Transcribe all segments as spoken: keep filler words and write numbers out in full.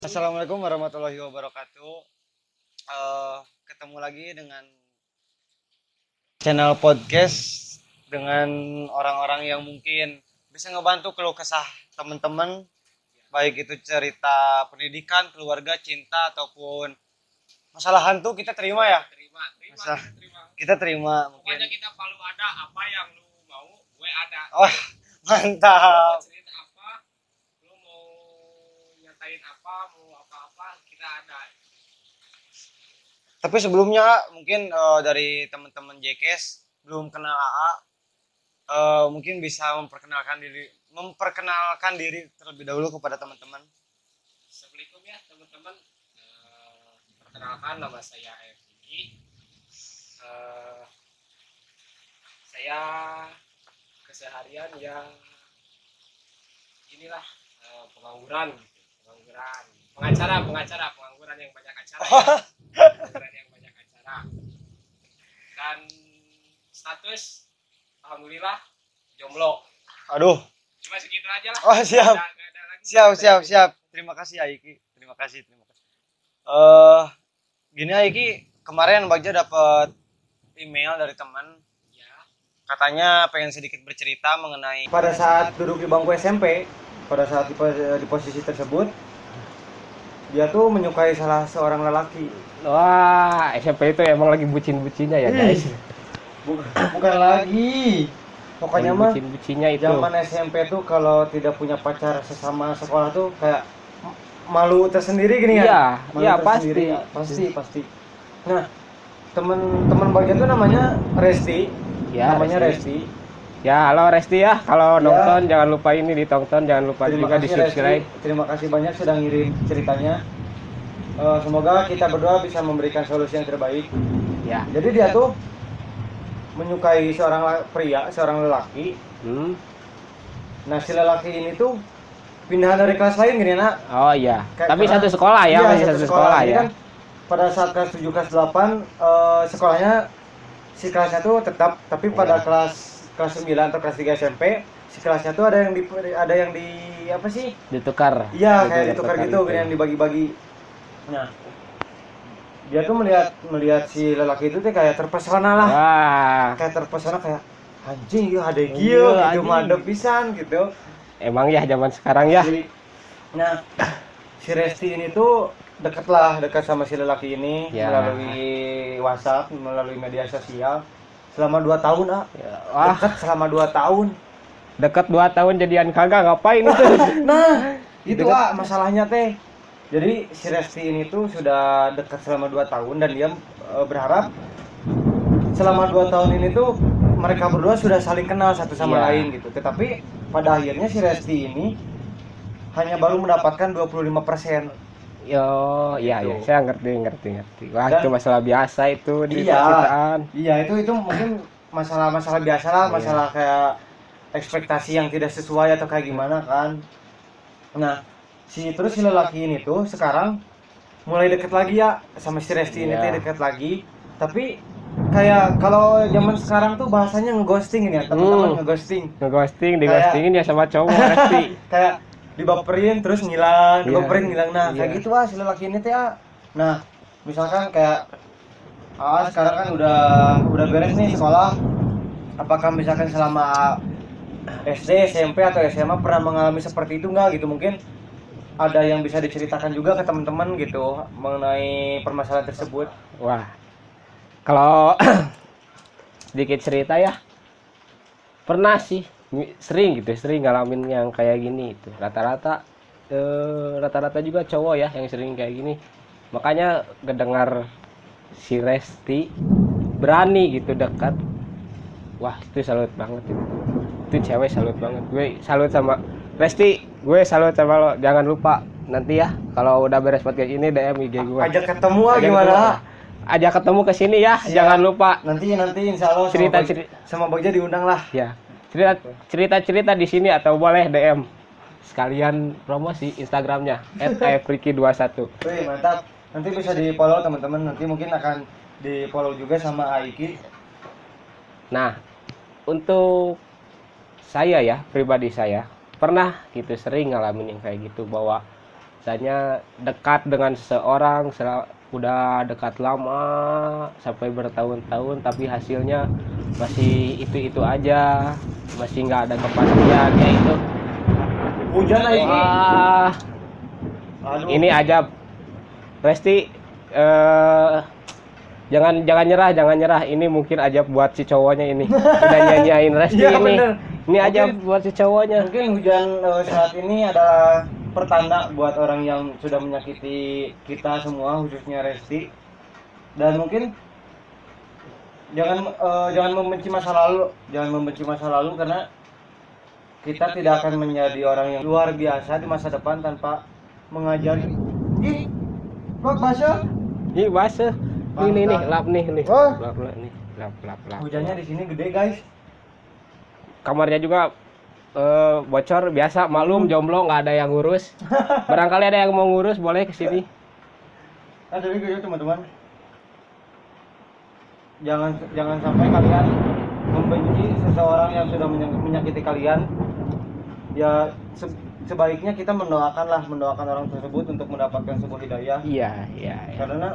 Assalamualaikum warahmatullahi wabarakatuh. Eh, ketemu lagi dengan channel podcast dengan orang-orang yang mungkin bisa ngebantu keluh kesah teman-teman, baik itu cerita pendidikan, keluarga, cinta ataupun masalah hantu kita terima ya. terima terima Masalah, kita terima kita terima mungkin. pokoknya kita palu ada apa yang lu mau gue ada. Wah, Lu mau mantap. cerita apa, lu mau nyatain apa, mau apa-apa kita ada. Tapi sebelumnya mungkin eh, dari teman-teman J K S belum kenal A A, eh, mungkin bisa memperkenalkan diri memperkenalkan diri terlebih dahulu kepada teman-teman. Assalamualaikum ya teman-teman. Eh, perkenalkan nama saya Evi. Eh, saya keseharian ya inilah eh, pengangguran gitu. pengangguran pengacara pengacara pengangguran yang banyak acara ya. Pengangguran yang banyak acara dan status alhamdulillah jomblo. Aduh. Cuma segitu aja lah. Oh, siap. Nggak ada- nggak ada lagi. Siap, siap, siap. Terima kasih Aiki. Terima kasih, terima kasih. Eh, gini Aiki, kemarin Bagja dapat email dari teman, Ya. katanya pengen sedikit bercerita mengenai pada saat duduk di bangku S M P, pada saat di, di posisi tersebut dia tuh menyukai salah seorang lelaki. Wah, S M P itu emang lagi bucin-bucinnya ya guys. Bukan, bukan lagi. Pokoknya mah Bucin-bucinnya itu. zaman S M P tuh kalau tidak punya pacar sesama sekolah tuh kayak malu tersendiri gini Iya, kan? Malu iya, tersendiri, pasti. ya. pasti, pasti. Nah, teman-teman Bagja tuh namanya Resti, Ya, namanya Resti. Resti. Ya, halo Resti ya. Kalau Ya. nonton jangan lupa ini ditonton, jangan lupa Terima juga kasih di-subscribe. Resti, terima kasih banyak sudah ngirim ceritanya. Eh, semoga kita berdua bisa memberikan solusi yang terbaik. Ya. Jadi dia tuh menyukai seorang la- pria, seorang lelaki. Hmm. Nah, si lelaki ini tuh pindahan dari kelas lain gini nak. Oh iya. Kayak Tapi karena- satu sekolah ya, Iya, masih satu sekolah, Jadi ya. kan pada saat kelas tujuh, kelas delapan eh, sekolahnya si kelasnya tuh tetap, tapi pada Iya. kelas kelas sembilan atau kelas tiga S M P si kelasnya tuh ada yang di ada yang di apa sih? Ditukar. Iya, Gitu, kayak ditukar gitu, gini yang dibagi-bagi. Nah, dia tuh melihat melihat si lelaki itu tuh kayak terpesona lah. Wah, Kayak terpesona kayak anjing ya ada Iya, gitu, gitu anjing. mantep pisan gitu. emang ya zaman sekarang ya. Jadi, nah, si Resti ini tuh deket lah, dekat sama si lelaki ini Ya. melalui WhatsApp, melalui media sosial selama dua tahun ah. Ya, Wah, Dekat selama dua tahun. dekat dua tahun jadian kagak ngapain itu? Nah, itu Deket. ah masalahnya teh. Jadi si Resti ini tuh sudah dekat selama dua tahun dan dia eh, berharap selama dua tahun ini tuh mereka berdua sudah saling kenal satu sama Iya. lain gitu. Tetapi pada akhirnya si Resti ini hanya baru mendapatkan dua puluh lima persen. Yo, iya Gitu. ya, saya ngerti, ngerti, ngerti. Wah, Dan- itu masalah biasa itu di Iya. percintaan. Iya, itu itu mungkin masalah-masalah biasa lah, Iya. masalah kayak ekspektasi yang tidak sesuai atau kayak gimana kan. Nah, si terus si lelaki ini tuh sekarang mulai deket lagi ya sama si Resti ini Iya. tuh deket lagi. Tapi kayak kalau zaman sekarang tuh bahasanya ngeghosting ini ya, teman-teman Hmm. ngeghosting. Ngeghosting, Kayak- dighostingin ya sama cowok pasti. Kayak dibaperin terus ngilang, Iya. dibaperin ngilang. Nah, kayak Iya. gitu ah si lelaki ini teh ah. Nah, misalkan kayak ah sekarang kan udah udah beres nih sekolah. Apakah misalkan selama S D, S M P atau S M A pernah mengalami seperti itu enggak gitu? Mungkin ada yang bisa diceritakan juga ke teman-teman gitu mengenai permasalahan tersebut. Wah, kalau sedikit cerita ya, pernah sih, mi- sering gitu, sering ngalamin yang kayak gini itu. Rata-rata, eh, rata-rata juga cowok ya yang sering kayak gini. Makanya kedengar si Resti berani gitu dekat. Wah, itu salut banget itu. Itu cewek salut banget. Gue salut sama Resti, gue salut sama lo. Jangan lupa nanti ya kalau udah beres podcast ini D M I G gue. Ajak ketemu ah Ajak gimana? ketemu. Ajak ketemu ke sini ya, Siap. jangan lupa. Nanti nanti insya Allah sama Cerita Bag- cerita sama Bagja diundang lah. ya. Cerita cerita cerita di sini atau boleh D M. Sekalian promosi Instagramnya et afriki dua puluh satu. Wih, mantap. Nanti bisa di follow teman-teman. Nanti mungkin akan di follow juga sama Aiki. Nah, untuk saya ya, pribadi saya pernah gitu sering ngalamin yang kayak gitu bahwa misalnya dekat dengan seseorang sel- udah dekat lama sampai bertahun-tahun tapi hasilnya masih itu-itu aja, masih nggak ada kepastian kayak itu. Hujan lagi. Wah, Aduh. ini aja Resti, eh jangan jangan nyerah, jangan nyerah. Ini mungkin aja buat si cowoknya ini. Udah nyanyain Resti Iya, ini. bener. Ini aja Mungkin- buat si cowoknya. Mungkin hujan eh, saat ini adalah pertanda buat orang yang sudah menyakiti kita semua, khususnya Resti. Dan mungkin jangan eh, jangan membenci masa lalu, jangan membenci masa lalu karena kita tidak akan menjadi orang yang luar biasa di masa depan tanpa mengajari. Ih, kok basah? Ih, basah. Nih nih nih, lap nih nih. Oh. Lap lap nih. Lap lap lap. Hujannya di sini gede, guys. Kamarnya juga eh, bocor biasa, maklum jomblo nggak ada yang ngurus. Barangkali ada yang mau ngurus boleh ke sini. Nah, jadi gitu teman-teman. Jangan jangan sampai kalian membenci seseorang yang sudah menyak- menyakiti kalian. Ya se- sebaiknya kita mendoakanlah, mendoakan orang tersebut untuk mendapatkan sebuah hidayah. Iya, iya, iya. Karena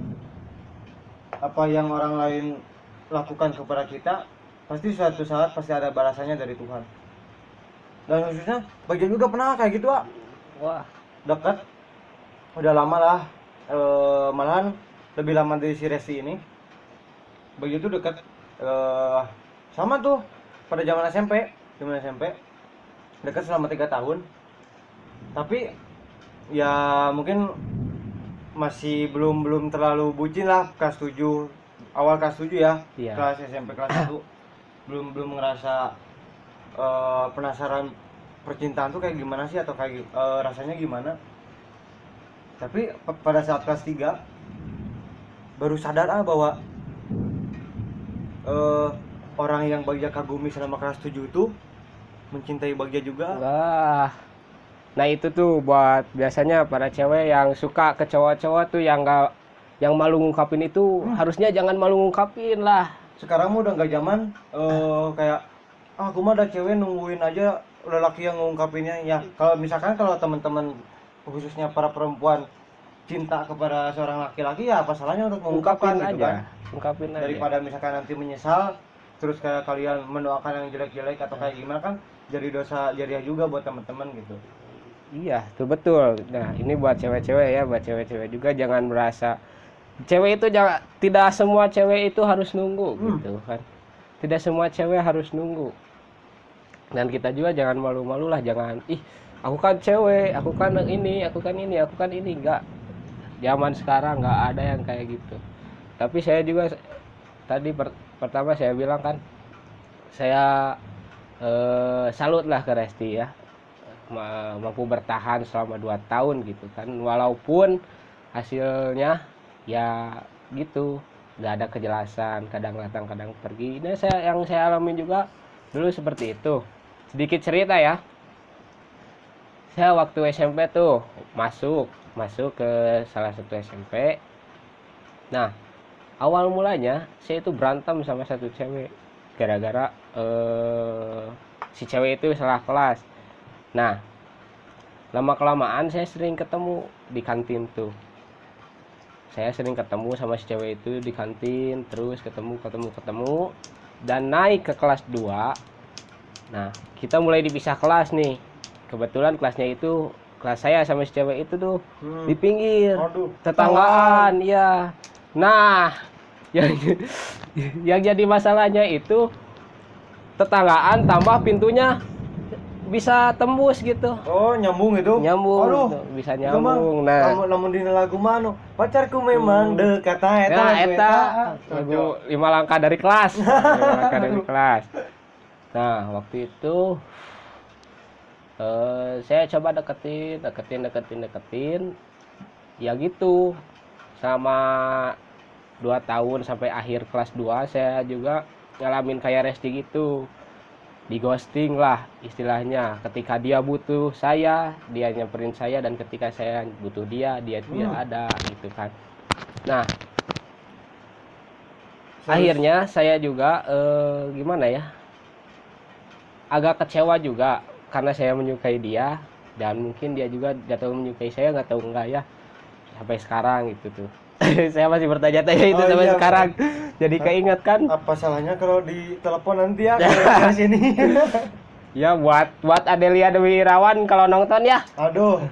apa yang orang lain lakukan kepada kita pasti suatu saat pasti ada balasannya dari Tuhan. Dan khususnya bagian juga pernah kayak gitu, Wak. Wah, Dekat udah lama lah, eh, malahan lebih lama dari si Resti ini. Begitu dekat eh, sama tuh pada zaman S M P, zaman S M P dekat selama tiga tahun. Tapi ya mungkin masih belum belum terlalu bucin lah, kelas tujuh, awal kelas tujuh ya. Iya. Kelas S M P kelas satu belum belum ngerasa eh, penasaran percintaan tuh kayak gimana sih atau kayak eh, rasanya gimana. Tapi p- pada saat kelas tiga baru sadar ah bahwa eh, orang yang Bagja kagumi selama kelas tujuh itu mencintai Bagja juga. wah. Nah itu tuh buat biasanya para cewek yang suka ke cowok-cowok tuh yang nggak, yang malu ngungkapin itu Hmm. harusnya jangan malu ngungkapin lah. Sekarang mah udah nggak zaman eh, kayak ah aku mah ada cewek nungguin aja lelaki yang ngungkapinnya ya. Kalau misalkan kalau teman-teman khususnya para perempuan cinta kepada seorang laki-laki ya apa salahnya untuk Ungkapin mengungkapkan gitu aja, kan. ungkapin aja. Daripada misalkan nanti menyesal terus kayak kalian mendoakan yang jelek-jelek atau kayak gimana kan jadi dosa jariah juga buat teman-teman gitu. Iya, tuh betul. Nah, ini buat cewek-cewek ya, buat cewek-cewek juga jangan merasa cewek itu jangan, tidak semua cewek itu harus nunggu Hmm. gitu kan. Tidak semua cewek harus nunggu. Dan kita juga jangan malu-malu lah, jangan ih, aku kan cewek, aku kan ini, aku kan ini, aku kan ini, enggak. Zaman sekarang nggak ada yang kayak gitu. Tapi saya juga tadi per- pertama saya bilang kan saya eh, salut lah ke Resti ya, Ma- mampu bertahan selama dua tahun gitu kan, walaupun hasilnya ya gitu nggak ada kejelasan, kadang datang kadang pergi. Nah saya yang saya alami juga dulu seperti itu. Sedikit cerita ya, saya waktu S M P tuh masuk masuk ke salah satu S M P. Nah awal mulanya saya itu berantem sama satu cewek gara-gara eh, si cewek itu salah kelas. Nah, lama kelamaan saya sering ketemu di kantin tuh. Saya sering ketemu sama si cewek itu di kantin, terus ketemu ketemu ketemu dan naik ke kelas dua. Nah, kita mulai dipisah kelas nih. Kebetulan kelasnya itu kelas saya sama si cewek itu tuh Hmm. di pinggir, Aduh, tetanggaan, ya. Nah, yang yang jadi masalahnya itu tetanggaan tambah pintunya bisa tembus gitu, Oh, nyambung itu. nyambung, Aduh. gitu. Bisa Itu mah, nyambung. Nah, lamun lamun dina lagu mano pacarku memang Hmm. dekat nah, eta nah lagu eta lagu lima langkah dari kelas, lima langkah dari kelas. Nah, waktu itu eh, saya coba deketin, deketin, deketin, deketin, ya gitu. Sama dua tahun sampai akhir kelas dua saya juga ngalamin kayak Resti gitu, di ghosting lah istilahnya. Ketika dia butuh saya dia nyamperin saya, dan ketika saya butuh dia dia tidak Hmm. ada gitu kan. Nah Terus? akhirnya saya juga eh, gimana ya, agak kecewa juga karena saya menyukai dia dan mungkin dia juga nggak tahu menyukai saya, nggak tahu enggak ya sampai sekarang gitu tuh. Saya masih bertanya-tanya itu Oh, sampai iya, sekarang. Jadi keinget kan. Apa salahnya kalau di telepon nanti ya ke sini? Ya buat buat Adelia Dewi Irawan kalau nonton ya. Aduh.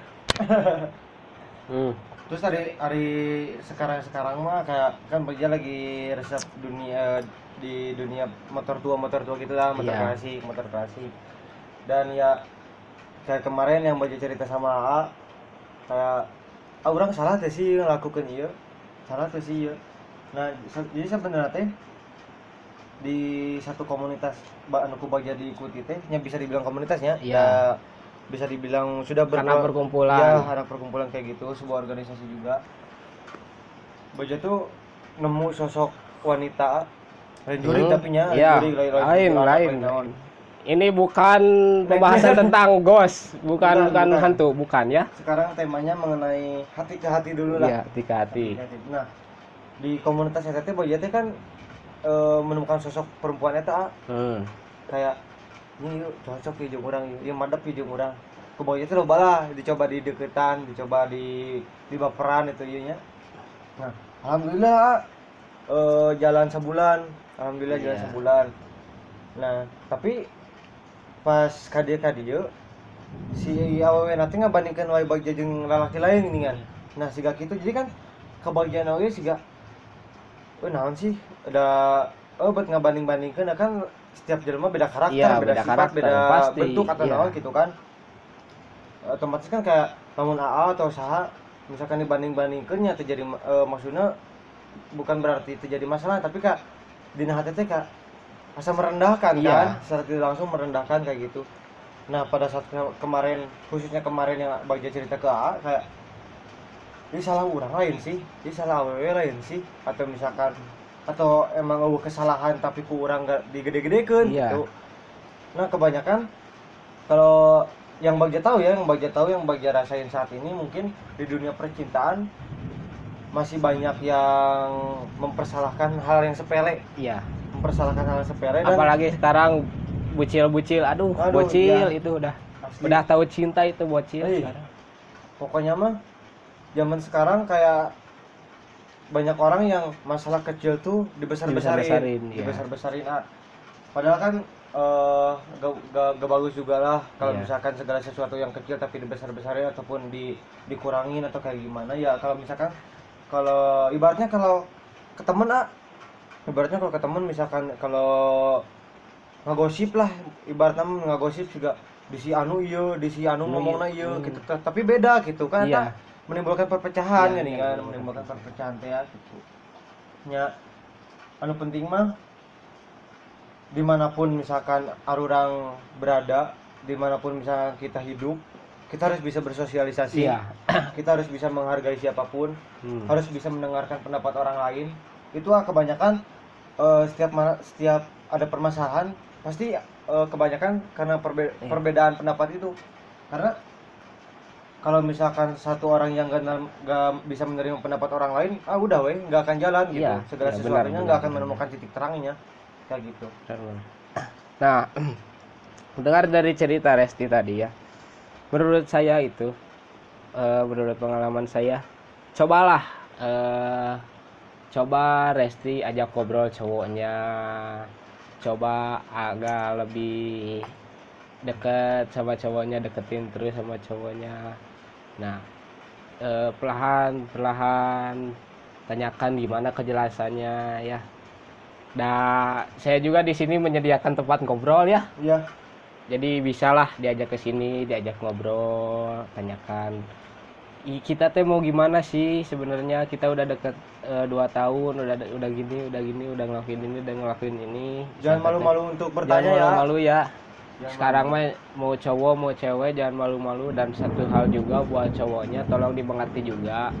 Hmm. Terus hari hari sekarang sekarang mah kayak kan dia lagi resep dunia di dunia motor tua motor tua gitu lah, motor Iya. klasik motor klasik. Dan ya kayak kemarin yang baca cerita sama A A, kayak ah orang salah tuh sih ngelakukan iya, salah tuh sih iya. Nah se- jadi sebenarnya teh di satu komunitas ba anu kubaja diikuti teh nya bisa dibilang komunitasnya Iya. ya bisa dibilang sudah Karena berko- perkumpulan. ya anak perkumpulan kayak gitu, sebuah organisasi juga. Baja tuh nemu sosok wanita lain juri Hmm, tapi nya iya. juri, Lain, kuntilanak, lain. naon. Ini bukan pembahasan tentang ghost, bukan Bukan, bukan bukan. hantu, bukan ya. Sekarang temanya mengenai hati ke hati dulu lah. Iya, hati-hati. Nah, di komunitas eta teh Baja teh kan eh, menemukan sosok perempuan eta Hmm. kayak ini yuk cocok ya jeung urang yuk, ieu madep ya jeung urang. Ku Baja teh loba lah dicoba di deketan, dicoba di di baperan itu ieu nya. Nah, alhamdulillah eh, jalan sebulan, alhamdulillah jalan Iya. sebulan. Nah, tapi pas kadieu kadieu si awewe nanti ngabandingkeun wae Bagja jeung lalaki lain gini kan. Nah, siga kitu jadi kan kebagian oge siga eh naon sih udah oh buat ngabanding-bandingkeun kan setiap jelema beda karakter, Iya, beda, beda sifat, karakter, beda pasti, bentuk atau iya. naon gitu kan. Otomatis kan kayak namun A A atau saha misalkan dibanding-bandingkeun nya terjadi eh, maksudnya bukan berarti terjadi masalah tapi kak dina hati teh kak asa merendahkan Iya. kan secara tidak langsung merendahkan kayak gitu. Nah pada saat ke- kemarin khususnya kemarin yang Bagja cerita ke A A kayak ini salah orang lain sih, ini salah awewe lain sih atau misalkan atau emang eueuh kesalahan tapi ku urang gak digede-gedekeun Iya. gitu. Nah kebanyakan kalau yang Bagja tahu ya, yang Bagja tahu yang Bagja rasain saat ini mungkin di dunia percintaan masih banyak yang mempersalahkan hal yang sepele, Iya. mempersalahkan hal yang sepele dan Apalagi sekarang bucil-bucil, aduh, Aduh, bocil iya. itu udah asli. udah tahu cinta itu bocil Hei. sekarang. Pokoknya mah zaman sekarang kayak banyak orang yang masalah kecil tuh dibesar-besarin, Dibesar-besarin, iya. dibesar-besarin. Ah. Padahal kan eh gak, gak, gak bagus juga lah kalau Iya. misalkan segala sesuatu yang kecil tapi dibesar-besarin ataupun di dikurangin atau kayak gimana ya. Kalau misalkan kalau ibaratnya kalau ke temen ah, ibaratnya kalau ke temen misalkan kalau ngagosip lah, ibaratnya ngagosip juga di si anu iya, di si anu Hmm. ngomongna iya Hmm. gitu. Tapi beda gitu kan. Iya. Eta menimbulkan perpecahan Iya, ya nih iya, kan, iya. menimbulkan perpecahan teh ya gitu. Nya anu penting mah dimanapun misalkan arurang berada, dimanapun misalkan kita hidup, kita harus bisa bersosialisasi, Iya. kita harus bisa menghargai siapapun, Hmm. harus bisa mendengarkan pendapat orang lain. Itu ah, kebanyakan eh, setiap ma- setiap ada permasalahan pasti eh, kebanyakan karena perbe- Iya. perbedaan pendapat itu. Karena kalau misalkan satu orang yang gak, gak bisa menerima pendapat orang lain, ah udah weh, nggak akan jalan gitu. Iya, Segala iya, sesuatunya benar, nggak benar, akan benar. menemukan titik terangnya, kayak gitu. Nah, mendengar dari cerita Resti tadi ya, menurut saya itu, eh, menurut pengalaman saya, cobalah, eh, coba Resti ajak ngobrol cowoknya, coba agak lebih deket sama cowoknya, deketin terus sama cowoknya. Nah, eh, perlahan perlahan tanyakan gimana kejelasannya ya. Nah, saya juga di sini menyediakan tempat ngobrol ya. Iya, Jadi bisalah diajak ke sini, diajak ngobrol, tanyakan. "Ih, kita teh mau gimana sih sebenarnya? Kita udah deket eh, dua tahun, udah udah gini, udah gini, udah ngelakuin ini, udah ngelakuin ini." jangan Kita teh- malu-malu untuk bertanya Jangan ya. malu-malu ya. Jangan Sekarang malu. mah mau cowok mau cewek jangan malu-malu, dan satu hal juga buat cowoknya tolong dimengerti juga.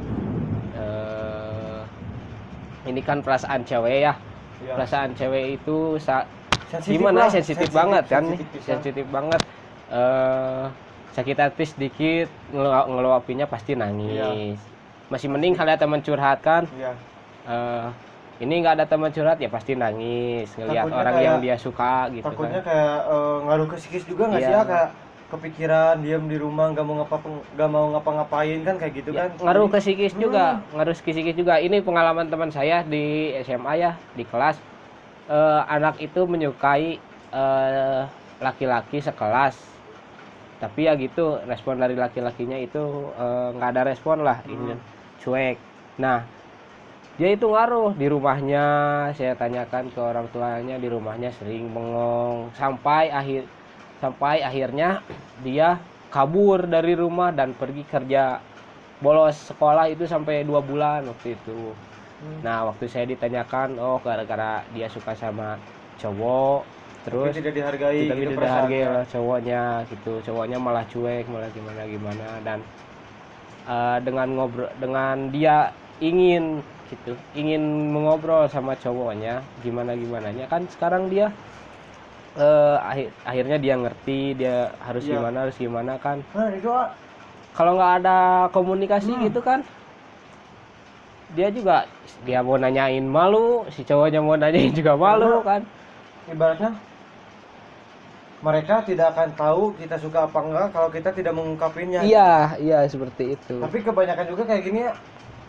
Eh, ini kan perasaan cewek ya. Iya. Perasaan cewek itu sa- Sensitif gimana lah, sensitif, banget kan nih, sensitif pisan. sensitif banget. Eh, sakit hati sedikit ngelu- ngeluapinnya pasti nangis. Masih mending kalau ada teman curhat kan. Iya. Eh, ini nggak ada teman curhat ya pasti nangis ngelihat Takutnya orang kayak- yang dia suka gitu Takutnya kan. kayak eh, ngaruh ke psikis juga nggak sih Iya. ya kayak kepikiran diam di rumah nggak mau ngapa nggak mau ngapa-ngapain kan kayak gitu Ya, kan. ngaruh ke psikis juga, Hmm. ngaruh ke psikis juga. Ini pengalaman teman saya di S M A ya, di kelas. Eh, anak itu menyukai eh, laki-laki sekelas. Tapi ya gitu, respon dari laki-lakinya itu eh, nggak ada respon lah, ini Hmm. cuek. Nah, dia itu ngaruh di rumahnya. Saya tanyakan ke orang tuanya, di rumahnya sering bengong sampai akhir sampai akhirnya dia kabur dari rumah dan pergi kerja, bolos sekolah itu sampai dua bulan waktu itu. Hmm. Nah, waktu saya ditanyakan, oh gara-gara dia suka sama cowok, terus Tapi tidak dihargai tapi gitu tidak dihargai perasaannya. oleh cowoknya gitu, cowoknya malah cuek, malah gimana gimana. Dan eh, dengan ngobrol dengan dia ingin gitu, ingin mengobrol sama cowoknya gimana gimananya, kan sekarang dia eh, akhir, akhirnya dia ngerti dia harus Iya. gimana harus gimana kan. Nah itu ah. Kalau nggak ada komunikasi Hmm. gitu kan, dia juga dia mau nanyain malu, si cowoknya mau nanyain juga malu kan. Ibaratnya mereka tidak akan tahu kita suka apa enggak kalau kita tidak mengungkapinnya. Iya, iya seperti itu. Tapi kebanyakan juga kayak gini ya.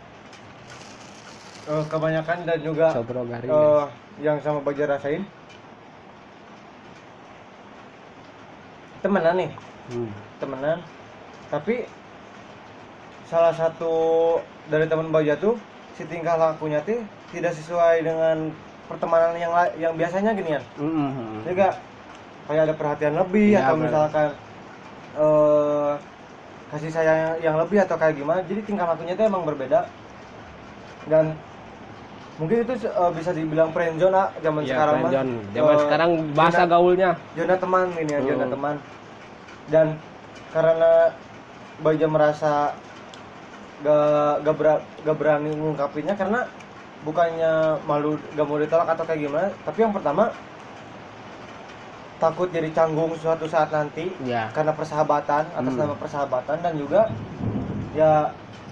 Eh, kebanyakan dan juga Sobro garing. eh, yang sama Baja rasain. Temenan nih, Hmm. temenan. Tapi salah satu dari teman Baja tuh si tingkah lakunya tuh tidak sesuai dengan pertemanan yang la- yang biasanya gini ya. Mm-hmm. Jadi kayak kayak ada perhatian lebih Iya, atau benar. misalkan eh kasih sayang yang lebih atau kayak gimana. Jadi tingkah lakunya itu emang berbeda. Dan mungkin itu eh, bisa dibilang friendzone ah, zaman Iya, sekarang mah. friendzone. Zaman Eh, sekarang bahasa zona- gaulnya. zona teman ini ya, zona Hmm. teman. Dan karena Baja merasa gak gak, ber- gak berani mengungkapinnya karena bukannya malu gak mau ditolak atau kayak gimana, tapi yang pertama takut jadi canggung suatu saat nanti Ya. karena persahabatan, atas Hmm. nama persahabatan. Dan juga ya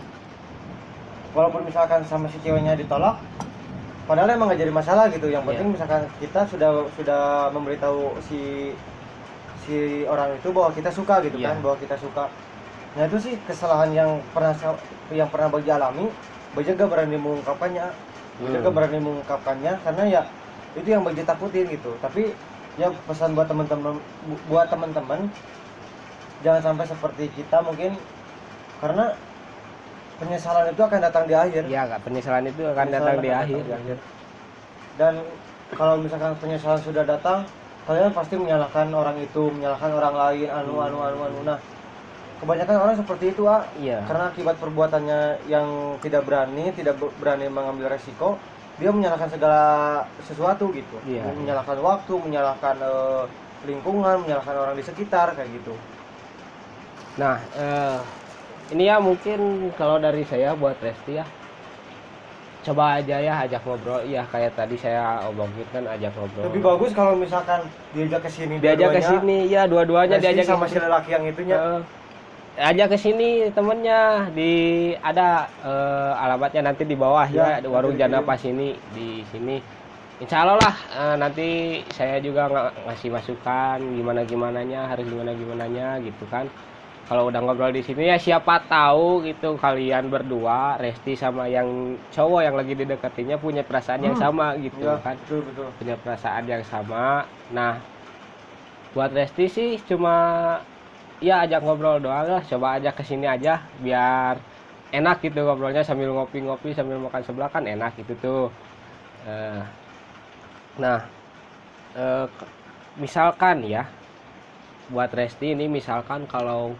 walaupun misalkan sama si ceweknya ditolak padahal emang gak jadi masalah gitu, yang penting Iya. misalkan kita sudah sudah memberitahu si si orang itu bahwa kita suka gitu Iya. kan, bahwa kita suka. Nah itu sih kesalahan yang pernah sa- yang pernah Baja alami. Baja gak berani mengungkapkannya, Baja Hmm. gak berani mengungkapkannya karena ya itu yang Baja takutin gitu. Tapi ya pesan buat teman-teman bu- buat teman-teman jangan sampai seperti kita mungkin, karena penyesalan itu akan datang di akhir. Iya, Kak, penyesalan itu akan Penyesalan datang di akan akhir. datang di akhir. Dan kalau misalkan penyesalan sudah datang, kalian pasti menyalahkan orang itu, menyalahkan orang lain, anu anu anu anu. Nah, kebanyakan orang seperti itu ah, Iya. karena akibat perbuatannya yang tidak berani, tidak be- berani mengambil resiko, dia menyalahkan segala sesuatu gitu. Iya. Menyalahkan waktu, menyalahkan eh, lingkungan, menyalahkan orang di sekitar kayak gitu. Nah, eh, ini ya mungkin kalau dari saya buat Resti ya, coba aja ya ajak ngobrol. Iya, kayak tadi saya omongin kan, ajak ngobrol. Lebih bagus kalau misalkan diajak ke sini Diajak ke dua-duanya, sini, ya dua-duanya Resti diajak sama ke si sini. lelaki yang itunya. Eh, ajak ke sini temennya, di ada eh, alamatnya nanti di bawah Ya, ya, di warung nanti Jana dikirim. pas ini di sini. Insya Allah lah eh, nanti saya juga ng- ngasih masukan gimana gimananya, harus gimana gimananya gitu kan. Kalau udah ngobrol di sini ya siapa tahu gitu kalian berdua, Resti sama yang cowok yang lagi didekatinya punya perasaan yang Hmm. sama gitu Ya, kan. betul betul. Punya perasaan yang sama. Nah, buat Resti sih cuma ya ajak ngobrol doang lah, coba ajak ke sini aja biar enak gitu ngobrolnya sambil ngopi-ngopi sambil makan sebelah kan enak gitu tuh. Eh, nah, eh, k- misalkan ya buat Resti ini, misalkan kalau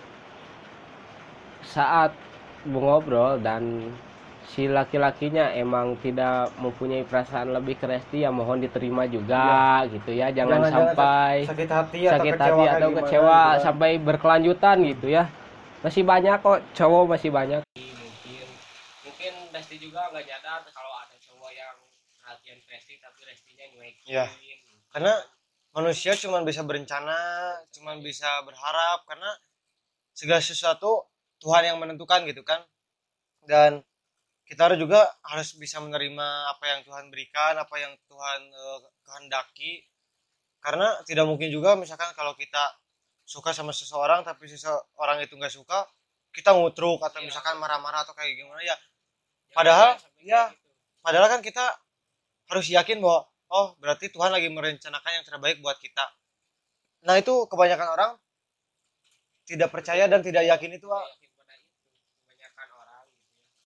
saat mengobrol dan si laki-lakinya emang tidak mempunyai perasaan lebih ke Resti, ya mohon diterima juga gitu ya, jangan, Jangan-jangan sampai sakit hati atau sakit kecewa hati kayak atau gimana kecewa gitu kan. sampai berkelanjutan gitu ya. Masih banyak kok cowok, masih banyak. Mungkin mungkin Resti juga nggak nyadar kalau ada cowok yang perhatian ke Resti tapi Restinya nyuekin. Iya. Karena manusia cuma bisa berencana, cuma bisa berharap, karena segala sesuatu Tuhan yang menentukan gitu kan. Dan kita harus juga harus bisa menerima apa yang Tuhan berikan, apa yang Tuhan eh, kehendaki. Karena tidak mungkin juga misalkan kalau kita suka sama seseorang tapi seseorang itu nggak suka, kita ngutruk atau Iya. misalkan marah-marah atau kayak gimana ya. Jangan Padahal, sampai ya. kayak gitu. Padahal kan kita harus yakin bahwa oh berarti Tuhan lagi merencanakan yang terbaik buat kita. Nah itu kebanyakan orang tidak percaya dan tidak yakin itu. Tidak yakin pada itu kebanyakan orang gitu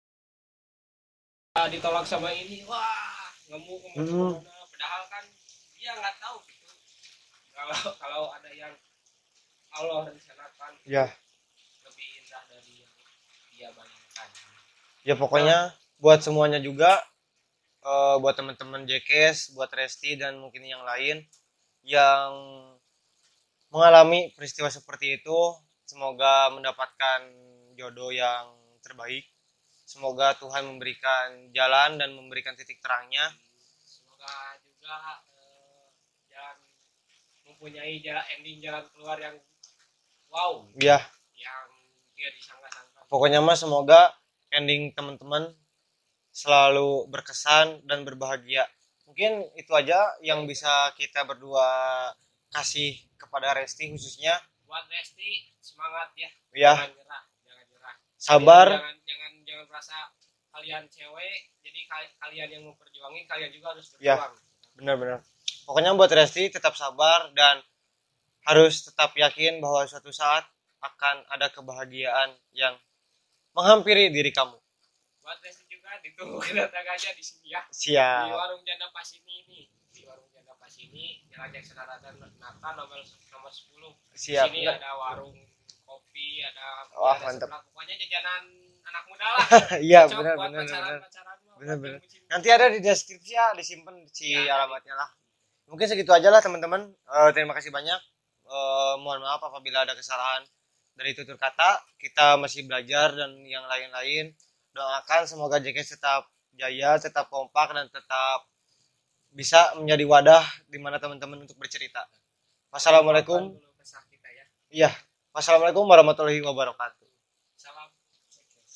ya. Ah, ditolak sama ini, wah ngemuk Hmm. kemana-mana. Padahal kan dia nggak tahu gitu. Kalau kalau ada yang Allah rencanakan itu Ya, lebih indah dari yang dia bayangkan. ya pokoknya buat semuanya juga, eh, buat teman-teman J K S, buat Resti dan mungkin yang lain yang mengalami peristiwa seperti itu, semoga mendapatkan jodoh yang terbaik. Semoga Tuhan memberikan jalan dan memberikan titik terangnya. Semoga juga eh, jalan mempunyai jalan ending jalan keluar yang wow, Ya, yang tidak disangka-sangka. pokoknya mah semoga ending teman-teman selalu berkesan dan berbahagia. Mungkin itu aja yang bisa kita berdua kasih kepada Resti khususnya. Buat Resti semangat ya. Ya, Jangan nyerah, jangan nyerah. sabar. Jangan jangan jangan merasa kalian cewek, jadi ka- kalian yang memperjuangin, kalian juga harus Ya. berjuang. Benar-benar. Pokoknya buat Resti tetap sabar dan harus tetap yakin bahwa suatu saat akan ada kebahagiaan yang menghampiri diri kamu. Buat Resti juga ditunggu kedatangannya di sini ya. Di Siap. warung Janda Pasini ini. Di warung Janda Pasini, Jalan Jaksel dan Nata nomor nomor sepuluh. Siap. Di sini ada warung kopi, ada Wah, ada mantap. sebelah. Pokoknya jajanan anak muda lah. Iya, Cocok benar buat benar benar. pacaran-pacaran mah, Benar, buat benar. yang bucin. Nanti ada di deskripsi ya, disimpan si Ya, alamatnya lah. Mungkin segitu aja lah teman-teman. Eh, terima kasih banyak. Eh, mohon maaf apabila ada kesalahan dari tutur kata. Kita masih belajar dan yang lain-lain. Doakan semoga J K S tetap jaya, tetap kompak dan tetap bisa menjadi wadah di mana teman-teman untuk bercerita. Wassalamualaikum. Dulu kesah kita ya. Iya. Wassalamualaikum warahmatullahi wabarakatuh.